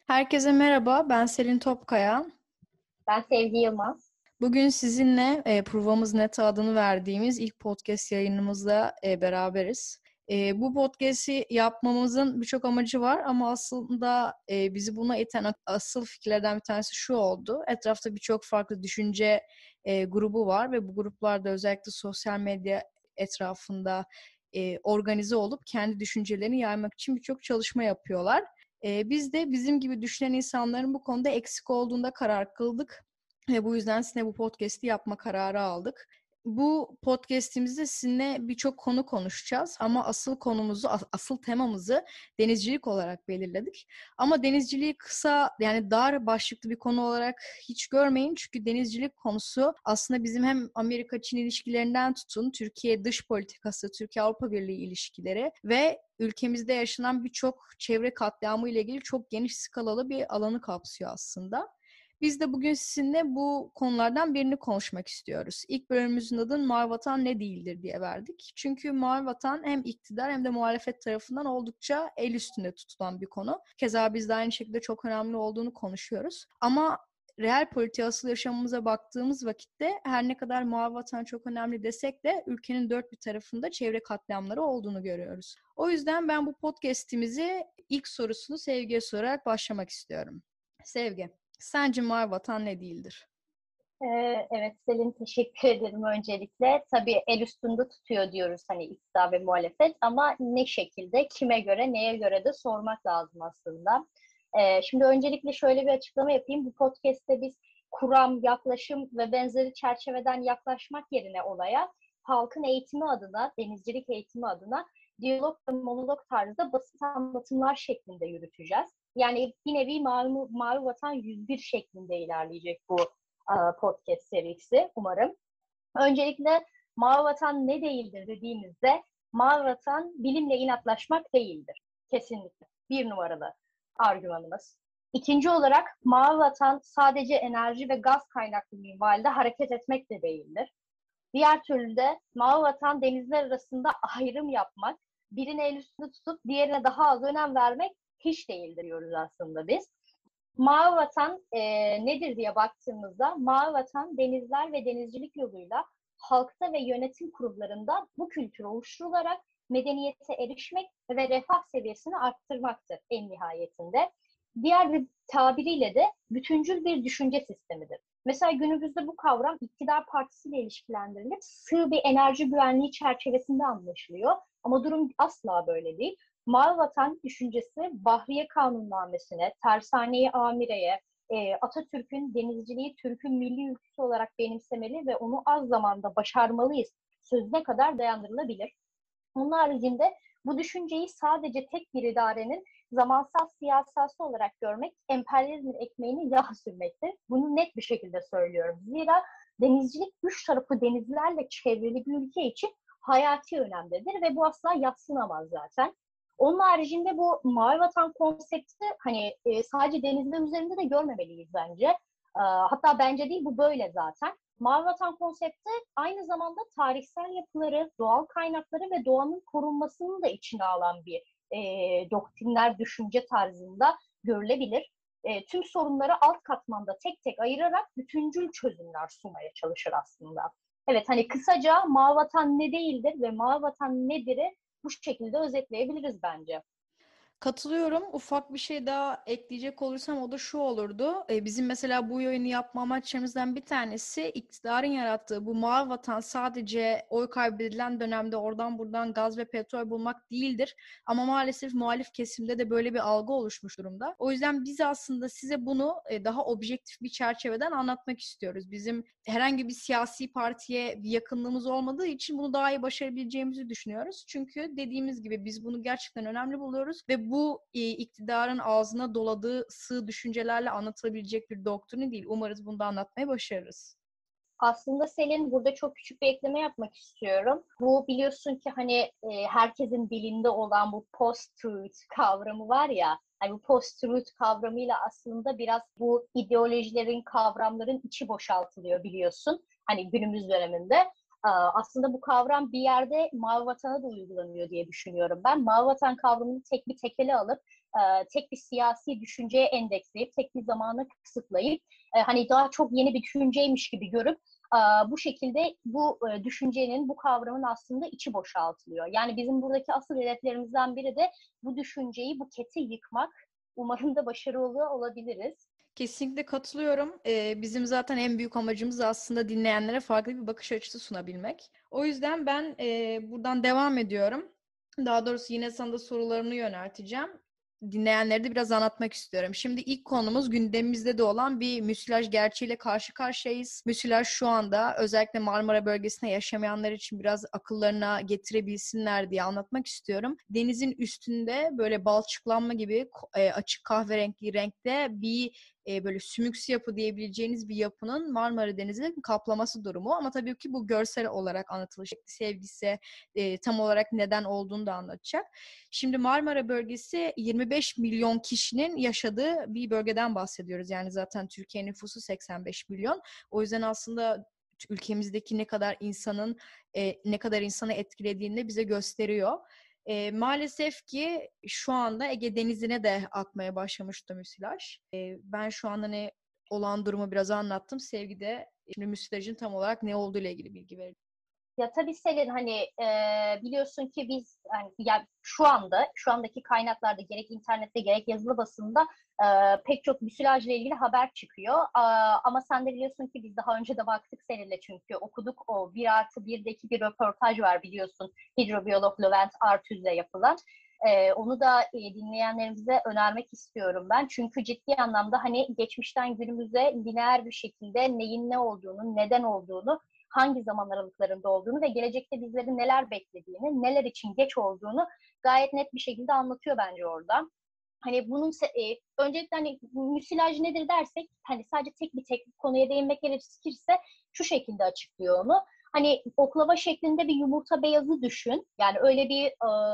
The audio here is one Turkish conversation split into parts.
Herkese merhaba, ben Selin Topkaya. Ben Sevgi Yılmaz. Bugün sizinle Provamız Net adını verdiğimiz ilk podcast yayınımızda beraberiz. Bu podcast'i yapmamızın birçok amacı var ama aslında bizi buna iten asıl fikirlerden bir tanesi şu oldu. Etrafta birçok farklı düşünce grubu var ve bu gruplarda özellikle sosyal medya etrafında organize olup kendi düşüncelerini yaymak için birçok çalışma yapıyorlar. Biz de bizim gibi düşünen insanların bu konuda eksik olduğunda karar kıldık. Ve bu yüzden sizinle bu podcast'i yapma kararı aldık. Bu podcast'imizde sizinle birçok konu konuşacağız ama asıl konumuzu, asıl temamızı denizcilik olarak belirledik. Ama denizciliği kısa, yani dar başlıklı bir konu olarak hiç görmeyin. Çünkü denizcilik konusu aslında bizim hem Amerika-Çin ilişkilerinden tutun, Türkiye dış politikası, Türkiye-Avrupa Birliği ilişkileri ve ülkemizde yaşanan birçok çevre katliamı ile ilgili çok geniş skalalı bir alanı kapsıyor aslında. Biz de bugün sizinle bu konulardan birini konuşmak istiyoruz. İlk bölümümüzün adını Mavi Vatan ne değildir diye verdik. Çünkü Mavi Vatan hem iktidar hem de muhalefet tarafından oldukça el üstünde tutulan bir konu. Keza biz de aynı şekilde çok önemli olduğunu konuşuyoruz. Ama reel politik asıl yaşamımıza baktığımız vakitte her ne kadar Mavi Vatan çok önemli desek de ülkenin dört bir tarafında çevre katliamları olduğunu görüyoruz. O yüzden ben bu podcast'imizi ilk sorusunu Sevgi'ye sorarak başlamak istiyorum. Sevgi, sence Mavi Vatan ne değildir? Evet Selin, teşekkür ederim öncelikle. Tabii el üstünde tutuyor diyoruz hani iktidar ve muhalefet ama ne şekilde, kime göre, neye göre de sormak lazım aslında. Şimdi öncelikle şöyle bir açıklama yapayım. Bu podcast'te biz kuram, yaklaşım ve benzeri çerçeveden yaklaşmak yerine olaya halkın eğitimi adına, denizcilik eğitimi adına diyalog ve monolog tarzda basit anlatımlar şeklinde yürüteceğiz. Yani bir nevi Mavi Vatan 101 şeklinde ilerleyecek bu podcast serisi umarım. Öncelikle Mavi Vatan ne değildir dediğimizde Mavi Vatan bilimle inatlaşmak değildir. Kesinlikle. Bir numaralı argümanımız. İkinci olarak Mavi Vatan sadece enerji ve gaz kaynaklı minvalde hareket etmek de değildir. Diğer türlü de Mavi Vatan denizler arasında ayrım yapmak, birini el üstünde tutup diğerine daha az önem vermek hiç değildir diyoruz aslında biz. Mavi Vatan nedir diye baktığımızda Mavi Vatan denizler ve denizcilik yoluyla halkta ve yönetim kurumlarında bu kültür oluşturularak medeniyete erişmek ve refah seviyesini arttırmaktır en nihayetinde. Diğer bir tabiriyle de bütüncül bir düşünce sistemidir. Mesela günümüzde bu kavram iktidar partisiyle ilişkilendirilip sığ bir enerji güvenliği çerçevesinde anlaşılıyor. Ama durum asla böyle değil. Mavi Vatan düşüncesi Bahriye Kanunnamesi'ne, Tersane-i Amire'ye, Atatürk'ün denizciliği Türk'ün milli ülküsü olarak benimsemeli ve onu az zamanda başarmalıyız sözüne kadar dayandırılabilir. Onun haricinde bu düşünceyi sadece tek bir idarenin zamansal siyasası olarak görmek, emperyalizmin ekmeğini yağ sürmektir. Bunu net bir şekilde söylüyorum. Zira denizcilik üç tarafı denizlerle çevrili bir ülke için hayati önemlidir ve bu asla yadsınamaz zaten. Onun haricinde bu Mavi Vatan konsepti hani sadece denizler üzerinde de görmemeliyiz bence. Hatta bence değil, bu böyle zaten. Mavi Vatan konsepti aynı zamanda tarihsel yapıları, doğal kaynakları ve doğanın korunmasını da içine alan bir doktrinler düşünce tarzında görülebilir. Tüm sorunları alt katmanda tek tek ayırarak bütüncül çözümler sunmaya çalışır aslında. Evet, hani kısaca Mavi Vatan ne değildir ve Mavi Vatan nedir'i bu şekilde özetleyebiliriz bence. Katılıyorum. Ufak bir şey daha ekleyecek olursam o da şu olurdu. Bizim mesela bu yayını yapma amaçlarımızdan bir tanesi iktidarın yarattığı bu mavi vatan sadece oy kaybedilen dönemde oradan buradan gaz ve petrol bulmak değildir. Ama maalesef muhalif kesimde de böyle bir algı oluşmuş durumda. O yüzden biz aslında size bunu daha objektif bir çerçeveden anlatmak istiyoruz. Bizim herhangi bir siyasi partiye bir yakınlığımız olmadığı için bunu daha iyi başarabileceğimizi düşünüyoruz. Çünkü dediğimiz gibi biz bunu gerçekten önemli buluyoruz ve bu iktidarın ağzına doladığı sığ düşüncelerle anlatılabilecek bir doktrini değil. Umarız bunu da anlatmayı başarırız. Aslında Selin, burada çok küçük bir ekleme yapmak istiyorum. Bu biliyorsun ki hani herkesin dilinde olan bu post-truth kavramı var ya, hani bu post-truth kavramıyla aslında biraz bu ideolojilerin, kavramların içi boşaltılıyor biliyorsun. Hani günümüz döneminde. Aslında bu kavram bir yerde Mavi Vatan'a da uygulanıyor diye düşünüyorum ben. Mavi Vatan kavramını tek bir tekele alıp tek bir siyasi düşünceye endeksleyip, tek bir zamana kısıtlayıp, hani daha çok yeni bir düşünceymiş gibi görüp, bu şekilde bu düşüncenin, bu kavramın aslında içi boşaltılıyor. Yani bizim buradaki asıl hedeflerimizden biri de bu düşünceyi, bu keti yıkmak. Umarım da başarılı olabiliriz. Kesinlikle katılıyorum. Bizim zaten en büyük amacımız aslında dinleyenlere farklı bir bakış açısı sunabilmek. O yüzden ben buradan devam ediyorum. Daha doğrusu yine sana da sorularını yönelteceğim. Dinleyenleri de biraz anlatmak istiyorum. Şimdi ilk konumuz gündemimizde de olan bir müsilaj gerçeğiyle karşı karşıyayız. Müsilaj şu anda özellikle Marmara bölgesinde yaşamayanlar için biraz akıllarına getirebilsinler diye anlatmak istiyorum. Denizin üstünde böyle balçıklanma gibi açık kahverengi renkte bir böyle sümüksü yapı diyebileceğiniz bir yapının Marmara Denizi'nin kaplaması durumu. Ama tabii ki bu görsel olarak anlatılış şekli, sevgisi tam olarak neden olduğunu da anlatacak. Şimdi Marmara bölgesi 25 milyon kişinin yaşadığı bir bölgeden bahsediyoruz. Yani zaten Türkiye nüfusu 85 milyon. O yüzden aslında ülkemizdeki ne kadar insanı etkilediğini de bize gösteriyor. Maalesef ki şu anda Ege Denizi'ne de akmaya başlamıştı müsilaj. Ben şu anda ne olan durumu biraz anlattım. Sevgi de şimdi müsilajın tam olarak ne olduğu ile ilgili bilgi verecek. Ya tabii Selin, hani biliyorsun ki biz yani şu andaki kaynaklarda gerek internette gerek yazılı basında pek çok müsilajla ilgili haber çıkıyor. Ama sen de biliyorsun ki biz daha önce de baktık seninle, çünkü okuduk, o 1+1'deki bir röportaj var biliyorsun, hidrobiyolog Levent Artüz'le yapılan. Onu da dinleyenlerimize önermek istiyorum ben. Çünkü ciddi anlamda hani geçmişten günümüze lineer bir şekilde neyin ne olduğunu, neden olduğunu, hangi zaman aralıklarında olduğunu ve gelecekte bizleri neler beklediğini, neler için geç olduğunu gayet net bir şekilde anlatıyor bence orada. Hani bunun öncelikle hani müsilaj nedir dersek, hani sadece tek bir teknik konuya değinmek gerekirse şu şekilde açıklıyor onu. Hani oklava şeklinde bir yumurta beyazı düşün. Yani öyle bir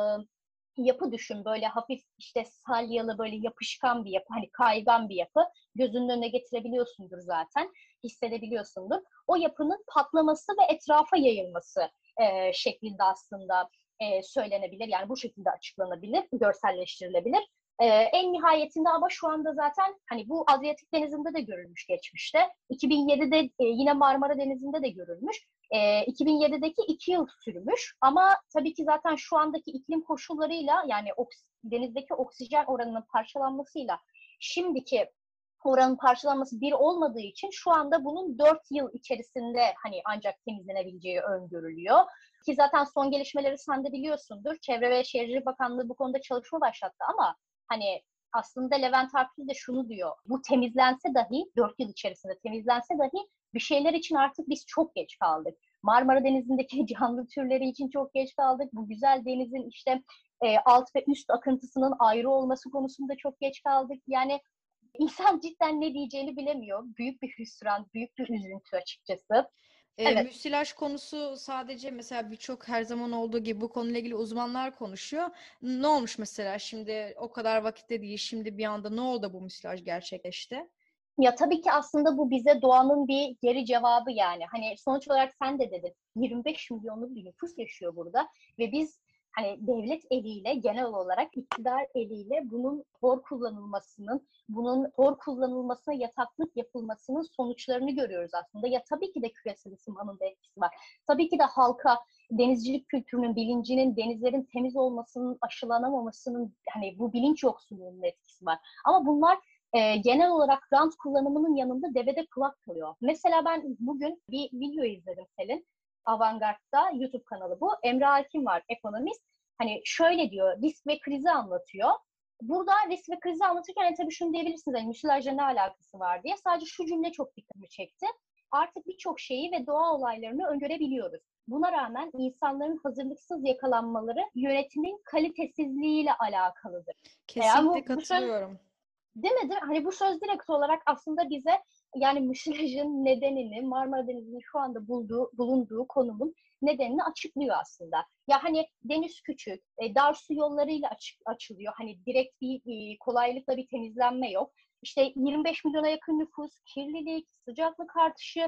yapı düşün. Böyle hafif işte salyalı, böyle yapışkan bir yapı. Hani kaygan bir yapı. Gözünün önüne getirebiliyorsundur zaten. Hissedebiliyorsundur. O yapının patlaması ve etrafa yayılması şeklinde aslında söylenebilir. Yani bu şekilde açıklanabilir, görselleştirilebilir. En nihayetinde ama şu anda zaten hani bu Adriyatik Denizi'nde de görülmüş geçmişte. 2007'de yine Marmara Denizi'nde de görülmüş. 2007'deki 2 yıl sürmüş. Ama tabii ki zaten şu andaki iklim koşullarıyla, yani denizdeki oksijen oranının parçalanmasıyla şimdiki oranın parçalanması bir olmadığı için şu anda bunun 4 yıl içerisinde hani ancak temizlenebileceği öngörülüyor. Ki zaten son gelişmeleri sen de biliyorsundur. Çevre ve Şehircilik Bakanlığı bu konuda çalışma başlattı ama hani aslında Levent Artül de şunu diyor: bu temizlense dahi, 4 yıl içerisinde temizlense dahi bir şeyler için artık biz çok geç kaldık. Marmara Denizi'ndeki canlı türleri için çok geç kaldık. Bu güzel denizin işte alt ve üst akıntısının ayrı olması konusunda çok geç kaldık. Yani insan cidden ne diyeceğini bilemiyor. Büyük bir hüsran, büyük bir üzüntü açıkçası. Evet. Müsilaj konusu sadece mesela birçok her zaman olduğu gibi bu konuyla ilgili uzmanlar konuşuyor. Ne olmuş mesela şimdi o kadar vakitte değil, şimdi bir anda ne oldu bu müsilaj gerçekleşti? Ya tabii ki aslında bu bize doğanın bir geri cevabı yani. Hani sonuç olarak sen de dedin, 25 milyonluk bir nüfus yaşıyor burada ve biz hani devlet eliyle, genel olarak iktidar eliyle bunun hor kullanılmasının, bunun hor kullanılmasına yataklık yapılmasının sonuçlarını görüyoruz aslında. Ya tabii ki de küresel ısınmanın da etkisi var. Tabii ki de halka denizcilik kültürünün, bilincinin, denizlerin temiz olmasının, aşılanamamasının, hani bu bilinç yoksunluğunun etkisi var. Ama bunlar genel olarak rant kullanımının yanında devede kulak kalıyor. Mesela ben bugün bir video izledim Selin. Avantgard'da, YouTube kanalı bu. Emre Alkin var, ekonomist. Hani şöyle diyor, risk ve krizi anlatıyor. Burada risk ve krizi anlatırken hani tabii şunu diyebilirsiniz, hani müsilajla ne alakası var diye. Sadece şu cümle çok dikkatimi çekti. Artık birçok şeyi ve doğa olaylarını öngörebiliyoruz. Buna rağmen insanların hazırlıksız yakalanmaları yönetimin kalitesizliğiyle alakalıdır. Yani Kesinlikle bu söz, katılıyorum. değil mi? Değil mi? Hani bu söz direkt olarak aslında bize yani müsilajın nedenini, Marmara Denizi'nin şu anda bulunduğu konumun nedenini açıklıyor aslında. Ya hani deniz küçük, dar su yollarıyla açılıyor. Hani direkt bir kolaylıkla bir temizlenme yok. İşte 25 milyona yakın nüfus, kirlilik, sıcaklık artışı,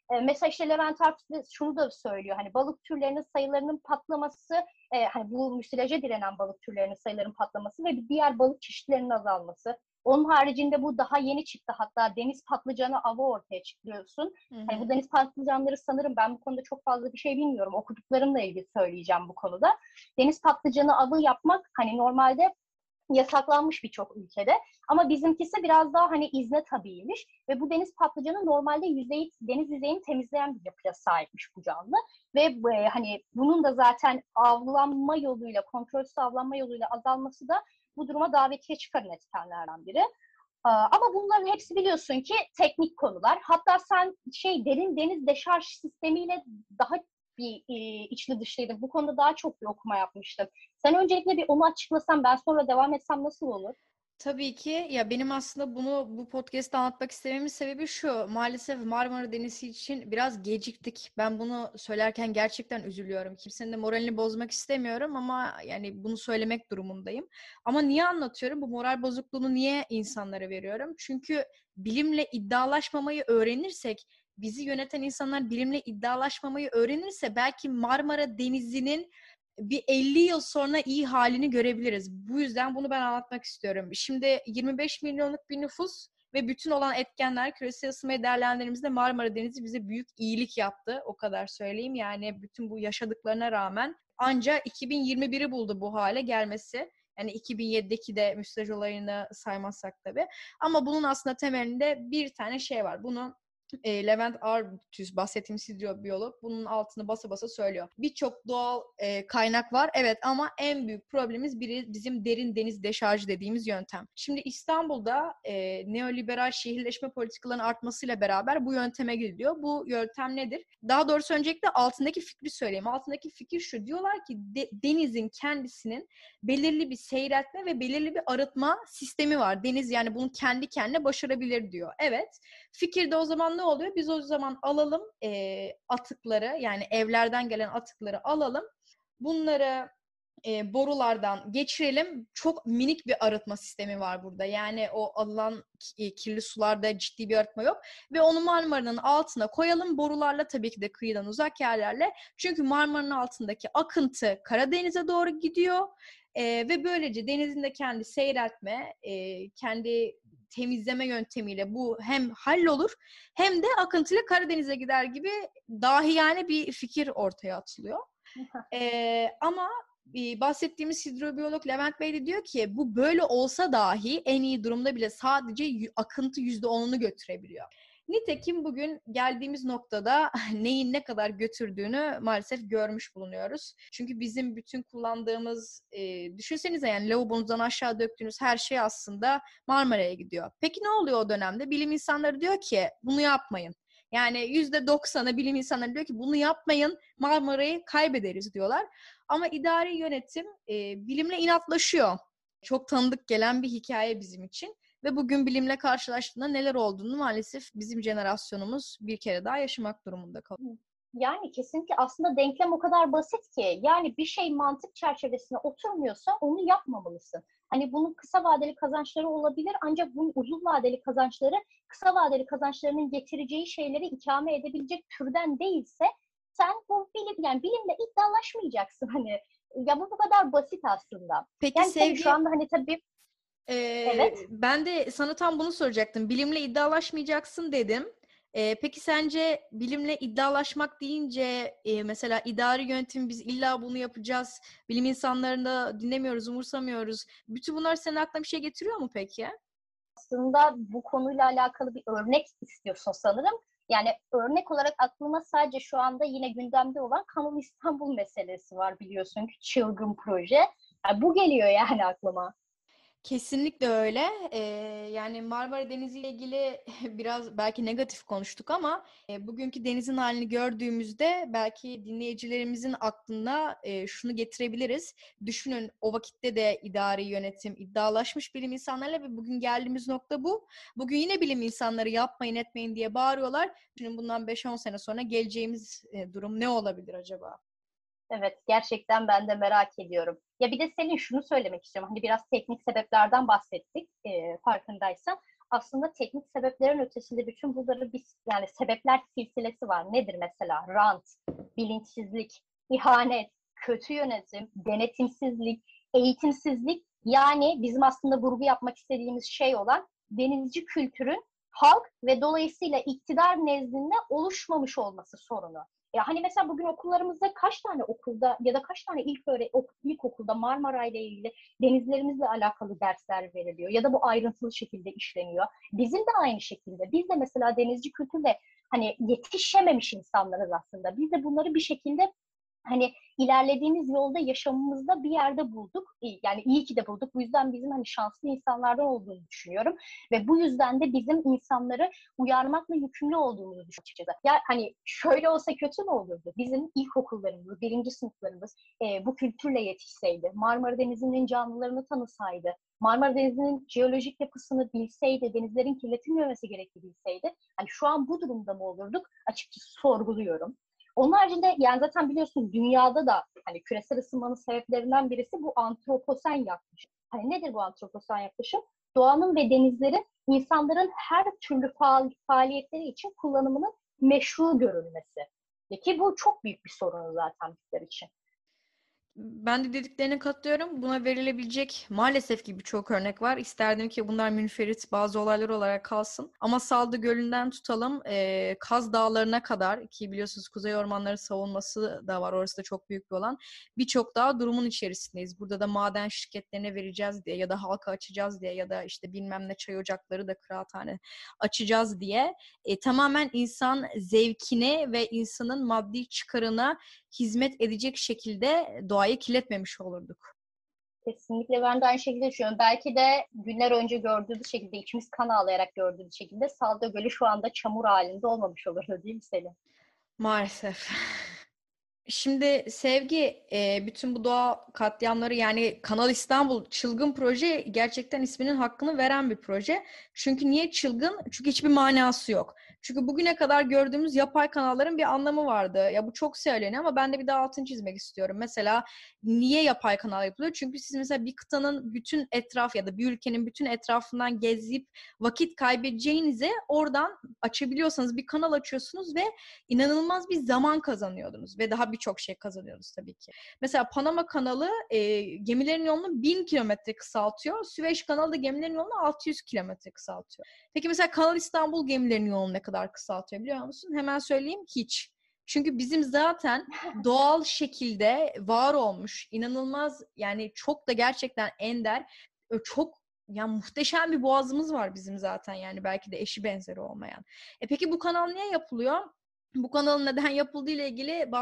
Mesela işte Levent Arp de şunu da söylüyor. Hani balık türlerinin sayılarının patlaması, hani bu müsilaja direnen balık türlerinin sayılarının patlaması ve diğer balık çeşitlerinin azalması. Onun haricinde bu daha yeni çıktı. Hatta deniz patlıcanı avı ortaya çıkıyorsun. Hı Hani bu hı. deniz patlıcanları sanırım, ben bu konuda çok fazla bir şey bilmiyorum. Okuduklarımla ilgili söyleyeceğim bu konuda. Deniz patlıcanı avı yapmak hani normalde yasaklanmış birçok ülkede. Ama bizimkisi biraz daha hani izne tabiymiş ve bu deniz patlıcanı normalde deniz yüzeyini temizleyen bir yapıya sahipmiş bu canlı. Ve hani bunun da zaten avlanma yoluyla, kontrolsüz avlanma yoluyla azalması da bu duruma davetiye çıkaran etkenlerden biri. Ama bunların hepsi biliyorsun ki teknik konular. Hatta sen derin deniz deşarj sistemiyle daha bir içli dışlıydın. Bu konuda daha çok bir okuma yapmıştım. Sen öncelikle bir onu açıklasan, ben sonra devam etsem nasıl olur? Tabii ki. Ya benim aslında bunu bu podcast'ta anlatmak istememin sebebi şu. Maalesef Marmara Denizi için biraz geciktik. Ben bunu söylerken gerçekten üzülüyorum. Kimsenin de moralini bozmak istemiyorum ama yani bunu söylemek durumundayım. Ama niye anlatıyorum? Bu moral bozukluğunu niye insanlara veriyorum? Çünkü bilimle iddialaşmamayı öğrenirsek, bizi yöneten insanlar bilimle iddialaşmamayı öğrenirse belki Marmara Denizi'nin bir 50 yıl sonra iyi halini görebiliriz. Bu yüzden bunu ben anlatmak istiyorum. Şimdi 25 milyonluk bir nüfus ve bütün olan etkenler, küresel ısınmayı değerlendirdiğimizde Marmara Denizi bize büyük iyilik yaptı. O kadar söyleyeyim. Yani bütün bu yaşadıklarına rağmen ancak 2021'i buldu bu hale gelmesi. Yani 2007'deki de müsilaj olayını saymazsak tabii. Ama bunun aslında temelinde bir tane şey var. Bunu Levent Artüs, bahsettiğimiz hidrobiyolog, bunun altını basa basa söylüyor. Birçok doğal kaynak var, evet, ama en büyük problemimiz bizim derin deniz deşarjı dediğimiz yöntem. Şimdi İstanbul'da neoliberal şehirleşme politikalarının artmasıyla beraber bu yönteme gidiliyor. Bu yöntem nedir? Daha doğrusu öncelikle altındaki fikri söyleyeyim. Altındaki fikir şu: diyorlar ki denizin kendisinin belirli bir seyretme ve belirli bir arıtma sistemi var. Deniz yani bunu kendi kendine başarabilir diyor. Evet. Fikirde o zaman ne oluyor? Biz o zaman alalım atıkları, yani evlerden gelen atıkları alalım. Bunları borulardan geçirelim. Çok minik bir arıtma sistemi var burada. Yani o alınan kirli sularda ciddi bir arıtma yok. Ve onu Marmara'nın altına koyalım. Borularla, tabii ki de kıyıdan uzak yerlerle. Çünkü Marmara'nın altındaki akıntı Karadeniz'e doğru gidiyor. Ve böylece denizin de kendi seyreltme, kendi temizleme yöntemiyle bu hem hallolur hem de akıntıyla Karadeniz'e gider gibi dahi yani bir fikir ortaya atılıyor. Ama bahsettiğimiz hidrobiyolog Levent Bey de diyor ki bu böyle olsa dahi en iyi durumda bile sadece akıntı %10'unu götürebiliyor. Nitekim bugün geldiğimiz noktada neyin ne kadar götürdüğünü maalesef görmüş bulunuyoruz. Çünkü bizim bütün kullandığımız, düşünsenize yani lavabonuzdan aşağı döktüğünüz her şey aslında Marmara'ya gidiyor. Peki ne oluyor o dönemde? Bilim insanları diyor ki bunu yapmayın. Yani %90'ı bilim insanları diyor ki bunu yapmayın, Marmara'yı kaybederiz diyorlar. Ama idari yönetim bilimle inatlaşıyor. Çok tanıdık gelen bir hikaye bizim için. Ve bugün bilimle karşılaştığında neler olduğunu maalesef bizim jenerasyonumuz bir kere daha yaşamak durumunda kalıyor. Yani kesinlikle aslında denklem o kadar basit ki, yani bir şey mantık çerçevesine oturmuyorsa onu yapmamalısın. Hani bunun kısa vadeli kazançları olabilir ancak bunun uzun vadeli kazançları kısa vadeli kazançlarının getireceği şeyleri ikame edebilecek türden değilse sen bu yani bilimle iddialaşmayacaksın hani. Ya bu kadar basit aslında. Peki Yani tabii şu Sevgi, anda hani tabii evet. ben de sana tam bunu soracaktım. Bilimle iddialaşmayacaksın dedim. Peki sence bilimle iddialaşmak deyince mesela idari yönetim biz illa bunu yapacağız, bilim insanlarını da dinlemiyoruz, umursamıyoruz. Bütün bunlar senin aklına bir şey getiriyor mu peki? Aslında bu konuyla alakalı bir örnek istiyorsun sanırım. Yani örnek olarak aklıma sadece şu anda yine gündemde olan Kanal İstanbul meselesi var, biliyorsun ki çılgın proje. Yani bu geliyor yani aklıma. Kesinlikle öyle. Yani Marmara Denizi ile ilgili biraz belki negatif konuştuk ama bugünkü denizin halini gördüğümüzde belki dinleyicilerimizin aklına şunu getirebiliriz. Düşünün, o vakitte de idari yönetim iddialaşmış bilim insanlarıyla ve bugün geldiğimiz nokta bu. Bugün yine bilim insanları yapmayın etmeyin diye bağırıyorlar. Şimdi bundan 5-10 sene sonra geleceğimiz durum ne olabilir acaba? Evet, gerçekten ben de merak ediyorum. Ya bir de senin şunu söylemek istiyorum. Hani biraz teknik sebeplerden bahsettik, farkındaysan. aslında teknik sebeplerin ötesinde bütün bunları yani sebepler silsilesi var. Nedir mesela? Rant, bilinçsizlik, ihanet, kötü yönetim, denetimsizlik, eğitimsizlik, yani bizim aslında vurgu yapmak istediğimiz şey olan denizci kültürün halk ve dolayısıyla iktidar nezdinde oluşmamış olması sorunu. Ya hani mesela bugün okullarımızda kaç tane okulda ya da kaç tane ilkokulda Marmara ile ilgili denizlerimizle alakalı dersler veriliyor ya da bu ayrıntılı şekilde işleniyor. Bizim de aynı şekilde. Biz de mesela denizci kültürle hani yetişememiş insanlarız aslında. Biz de bunları bir şekilde hani ilerlediğimiz yolda yaşamımızda bir yerde bulduk. Yani iyi ki de bulduk. Bu yüzden bizim hani şanslı insanlardan olduğunu düşünüyorum. Ve bu yüzden de bizim insanları uyarmakla yükümlü olduğumuzu düşünüyorum açıkçası. Ya hani şöyle olsa kötü mü olurdu? Bizim ilkokullarımız, birinci sınıflarımız bu kültürle yetişseydi, Marmara Denizi'nin canlılarını tanısaydı, Marmara Denizi'nin jeolojik yapısını bilseydi, denizlerin kirletilmemesi gerektiğini bilseydi, hani şu an bu durumda mı olurduk? Açıkçası sorguluyorum. Onun haricinde yani zaten biliyorsun dünyada da hani küresel ısınmanın sebeplerinden birisi bu antroposen yaklaşım. Hani nedir bu antroposen yaklaşım? Doğanın ve denizlerin insanların her türlü faaliyetleri için kullanımının meşru görülmesi. Ki bu çok büyük bir sorun zaten bizler için. Ben de dediklerine katılıyorum. Buna verilebilecek maalesef ki birçok örnek var. İsterdim ki bunlar münferit bazı olaylar olarak kalsın. Ama Saldı Gölü'nden tutalım Kaz Dağları'na kadar, ki biliyorsunuz Kuzey Ormanları savunması da var. Orası da çok büyük bir alan. Birçok daha durumun içerisindeyiz. Burada da maden şirketlerine vereceğiz diye ya da halka açacağız diye ya da işte bilmem ne çay ocakları da kıraathane açacağız diye tamamen insan zevkine ve insanın maddi çıkarına hizmet edecek şekilde doğayı kirletmemiş olurduk. Kesinlikle ben de aynı şekilde düşünüyorum. Belki de günler önce gördüğümüz şekilde, içimiz kan ağlayarak gördüğümüz şekilde Salda Gölü şu anda çamur halinde olmamış olurdu değil mi Selin? Maalesef. Şimdi Sevgi, bütün bu doğa katliamları, yani Kanal İstanbul çılgın proje, gerçekten isminin hakkını veren bir proje. Çünkü niye çılgın? Çünkü hiçbir manası yok. Çünkü bugüne kadar gördüğümüz yapay kanalların bir anlamı vardı. Ya bu çok söyleniyor ama ben de bir daha altını çizmek istiyorum. Mesela niye yapay kanal yapılıyor? Çünkü siz mesela bir kıtanın bütün etrafı ya da bir ülkenin bütün etrafından gezip vakit kaybedeceğinize oradan açabiliyorsanız bir kanal açıyorsunuz ve inanılmaz bir zaman kazanıyordunuz ve daha birçok şey kazanıyordunuz tabii ki. Mesela Panama Kanalı gemilerin yolunu 1000 kilometre kısaltıyor. Süveyş Kanalı da gemilerin yolunu 600 kilometre kısaltıyor. Peki mesela Kanal İstanbul gemilerin yolunu ne kadar kısaltıyor biliyor musun? Hemen söyleyeyim, hiç. Çünkü bizim zaten doğal şekilde var olmuş, inanılmaz, yani çok da gerçekten ender, çok yani muhteşem bir boğazımız var bizim zaten, yani belki de eşi benzeri olmayan. Peki bu kanal niye yapılıyor? Bu kanalın neden yapıldığı ile ilgili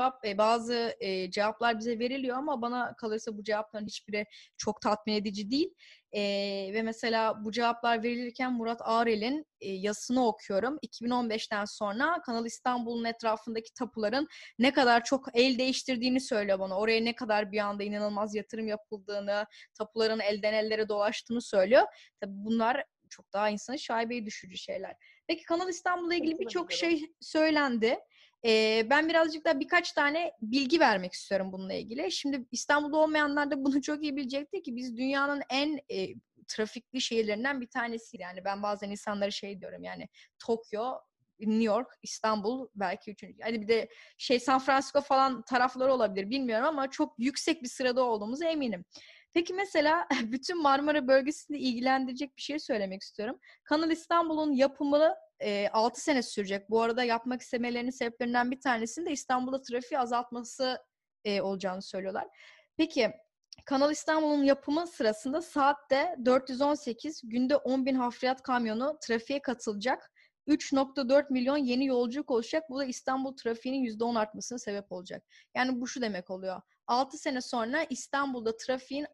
bazı cevaplar bize veriliyor ama bana kalırsa bu cevapların hiçbiri çok tatmin edici değil. Ve mesela bu cevaplar verilirken Murat Ağrel'in yazısını okuyorum. 2015'ten sonra Kanal İstanbul'un etrafındaki tapuların ne kadar çok el değiştirdiğini söylüyor bana. Oraya ne kadar bir anda inanılmaz yatırım yapıldığını, tapuların elden ellere dolaştığını söylüyor. Tabii bunlar çok daha insanı şaibeye düşürücü şeyler. Peki Kanal İstanbul'la ilgili birçok şey söylendi. Ben birazcık da birkaç tane bilgi vermek istiyorum bununla ilgili. Şimdi İstanbul'da olmayanlar da bunu çok iyi bilecektir ki biz dünyanın en trafikli şehirlerinden bir tanesiydi. Yani ben bazen insanlara şey diyorum, yani Tokyo, New York, İstanbul belki üçüncü. Hani bir de San Francisco falan tarafları olabilir bilmiyorum ama çok yüksek bir sırada olduğumuza eminim. Peki mesela bütün Marmara bölgesini ilgilendirecek bir şey söylemek istiyorum. Kanal İstanbul'un yapımı 6 sene sürecek. Bu arada yapmak istemelerinin sebeplerinden bir tanesinin de İstanbul'da trafiği azaltması olacağını söylüyorlar. Peki Kanal İstanbul'un yapımı sırasında saatte 418, günde 10.000 hafriyat kamyonu trafiğe katılacak. 3.4 milyon yeni yolculuk olacak. Bu da İstanbul trafiğinin %10 artmasına sebep olacak. Yani bu şu demek oluyor. 6 sene sonra İstanbul'da trafiğin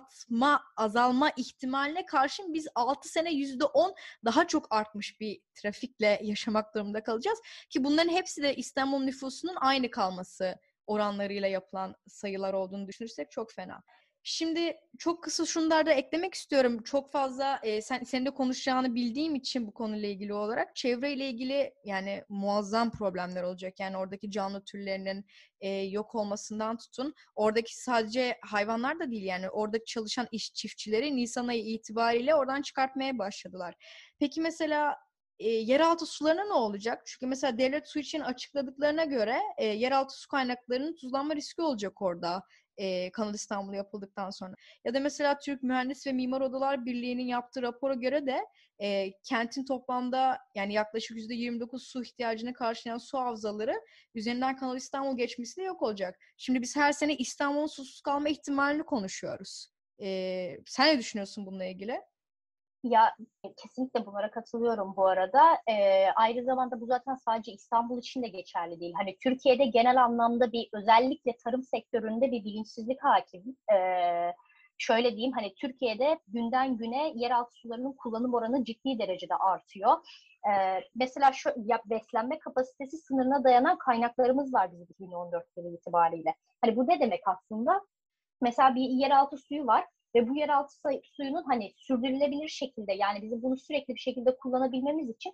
azalma ihtimaline karşın biz 6 sene %10 daha çok artmış bir trafikle yaşamak durumunda kalacağız. Ki bunların hepsi de İstanbul nüfusunun aynı kalması oranlarıyla yapılan sayılar olduğunu düşünürsek çok fena. Şimdi çok kısa şunları da eklemek istiyorum. Çok fazla senin de konuşacağını bildiğim için bu konuyla ilgili olarak çevreyle ilgili yani muazzam problemler olacak. Yani oradaki canlı türlerinin yok olmasından tutun. Oradaki sadece hayvanlar da değil yani oradaki çalışan çiftçileri Nisan ayı itibariyle oradan çıkartmaya başladılar. Peki mesela yeraltı sularına ne olacak? Çünkü mesela devlet su için açıkladıklarına göre yeraltı su kaynaklarının tuzlanma riski olacak orada. Kanal İstanbul yapıldıktan sonra. Ya da mesela Türk Mühendis ve Mimar Odalar Birliği'nin yaptığı rapora göre de kentin toplamda yani yaklaşık %29 su ihtiyacını karşılayan su havzaları üzerinden Kanal İstanbul geçmesiyle yok olacak. Şimdi biz her sene İstanbul'un susuz kalma ihtimalini konuşuyoruz. Sen ne düşünüyorsun bununla ilgili? Ya kesinlikle bunlara katılıyorum bu arada. Aynı zamanda bu zaten sadece İstanbul için de geçerli değil. Hani Türkiye'de genel anlamda bir özellikle tarım sektöründe bir bilinçsizlik hakim. Şöyle diyeyim hani Türkiye'de günden güne yeraltı sularının kullanım oranı ciddi derecede artıyor. Mesela şu beslenme kapasitesi sınırına dayanan kaynaklarımız var bizim 2014 yılı itibariyle. Hani bu ne demek aslında? Mesela bir yeraltı suyu var ve bu yeraltı suyunun hani sürdürülebilir şekilde yani bizim bunu sürekli bir şekilde kullanabilmemiz için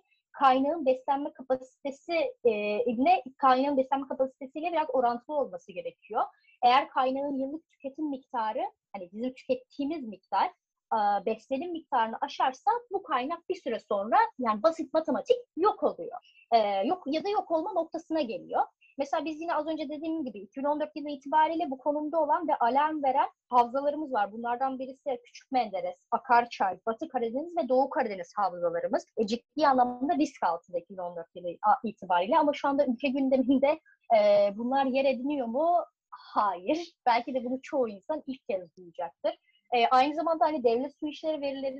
kaynağın beslenme kapasitesiyle biraz orantılı olması gerekiyor. Eğer kaynağın yıllık tüketim miktarı hani bizim tükettiğimiz miktar beslenim miktarını aşarsa bu kaynak bir süre sonra yani basit matematik yok oluyor. Yok ya da yok olma noktasına geliyor. Mesela biz yine az önce dediğim gibi 2014 yılı itibariyle bu konumda olan ve alarm veren havzalarımız var. Bunlardan birisi Küçük Menderes, Akarçay, Batı Karadeniz ve Doğu Karadeniz havzalarımız. Ciddi anlamda risk altında 2014 yılı itibariyle ama şu anda ülke gündeminde bunlar yer ediniyor mu? Hayır. Belki de bunu çoğu insan ilk kez duyacaktır. Aynı zamanda hani devlet su işleri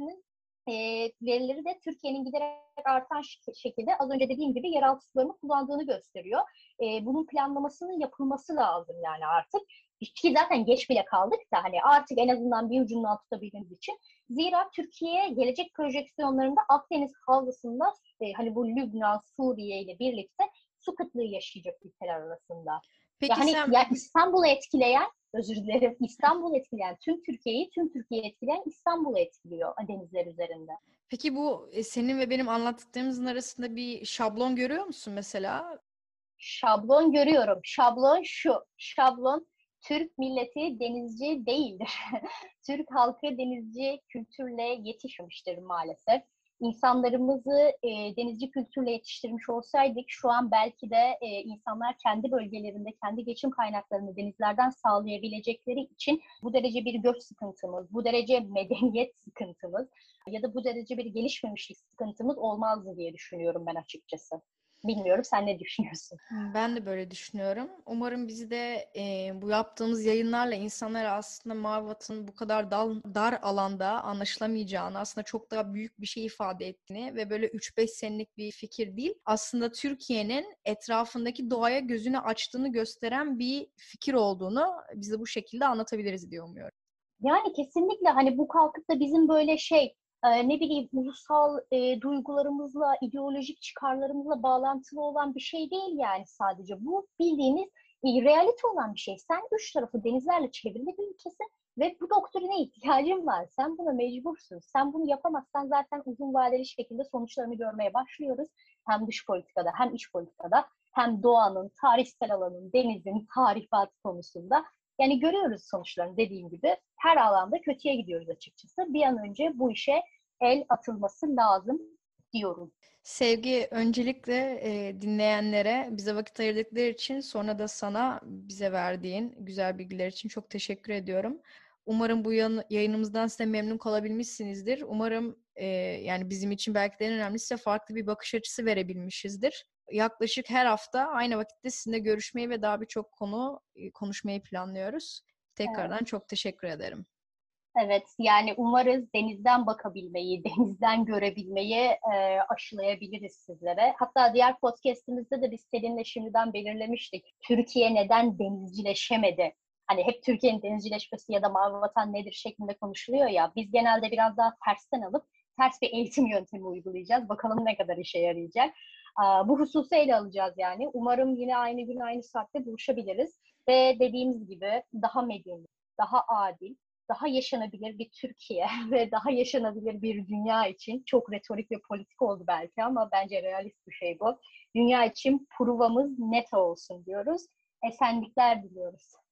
verileri de Türkiye'nin giderek artan şekilde az önce dediğim gibi yeraltı sularını kullandığını gösteriyor. Bunun planlamasının yapılması lazım yani artık. Ki zaten geç bile kaldık da hani artık en azından bir ucundan tutabilmemiz için. Zira Türkiye gelecek projeksiyonlarında Akdeniz havzasında hani bu Lübnan, Suriye ile birlikte su kıtlığı yaşayacak ülkeler arasında. Peki Yani sen ya İstanbul'u etkileyen özür dilerim. İstanbul'u etkileyen tüm Türkiye'yi, tüm Türkiye'yi etkileyen İstanbul'u etkiliyor denizler üzerinde. peki bu senin ve benim anlattıklarımızın arasında bir şablon görüyor musun mesela? Şablon görüyorum. Şablon şu. Şablon Türk milleti denizci değildir. Türk halkı denizci kültürle yetişmemiştir maalesef. İnsanlarımızı denizci kültürle yetiştirmiş olsaydık şu an belki de insanlar kendi bölgelerinde kendi geçim kaynaklarını denizlerden sağlayabilecekleri için bu derece bir göç sıkıntımız, bu derece medeniyet sıkıntımız ya da bu derece bir gelişmemişlik sıkıntımız olmazdı diye düşünüyorum ben açıkçası. Bilmiyorum sen ne düşünüyorsun? Ben de böyle düşünüyorum. Umarım bizi de bu yaptığımız yayınlarla insanlara aslında Mavi Vatan'ın bu kadar dar alanda anlaşılamayacağını, aslında çok daha büyük bir şey ifade ettiğini ve böyle 3-5 senelik bir fikir değil, aslında Türkiye'nin etrafındaki doğaya gözünü açtığını gösteren bir fikir olduğunu bize bu şekilde anlatabiliriz diye umuyorum. Yani kesinlikle hani bu kalkıp da bizim böyle ne bileyim ulusal duygularımızla, ideolojik çıkarlarımızla bağlantılı olan bir şey değil yani sadece. Bu bildiğimiz realite olan bir şey. Sen üç tarafı denizlerle çevrili bir ülkesin ve bu doktrine ihtiyacın var. Sen buna mecbursun. Sen bunu yapamazsan zaten uzun vadeli şekilde sonuçlarını görmeye başlıyoruz. Hem dış politikada hem iç politikada hem doğanın, tarihsel alanın, denizin, tahribat konusunda. Yani görüyoruz sonuçlarını dediğim gibi. Her alanda kötüye gidiyoruz açıkçası. Bir an önce bu işe el atılması lazım diyorum. Sevgi, öncelikle dinleyenlere bize vakit ayırdıkları için sonra da sana bize verdiğin güzel bilgiler için çok teşekkür ediyorum. Umarım bu yayınımızdan size memnun kalabilmişsinizdir. Umarım yani bizim için belki de en önemlisi farklı bir bakış açısı verebilmişizdir. Yaklaşık her hafta aynı vakitte sizinle görüşmeyi ve daha birçok konu konuşmayı planlıyoruz. Evet. Tekrardan çok teşekkür ederim. Evet, yani umarız denizden bakabilmeyi, denizden görebilmeyi aşılayabiliriz sizlere. Hatta diğer podcast'imizde de biz seninle şimdiden belirlemiştik. Türkiye neden denizcileşemedi? Hani hep Türkiye'nin denizcileşmesi ya da Mavi Vatan nedir şeklinde konuşuluyor ya. Biz genelde biraz daha tersten alıp ters bir eğitim yöntemi uygulayacağız. Bakalım ne kadar işe yarayacak. Bu hususu ele alacağız yani. Umarım yine aynı gün aynı saatte buluşabiliriz. Ve dediğimiz gibi daha medeni, daha adil, daha yaşanabilir bir Türkiye ve daha yaşanabilir bir dünya için, çok retorik ve politik oldu belki ama bence realist bir şey bu. Dünya için Pruva'mız net olsun diyoruz. Esenlikler diliyoruz.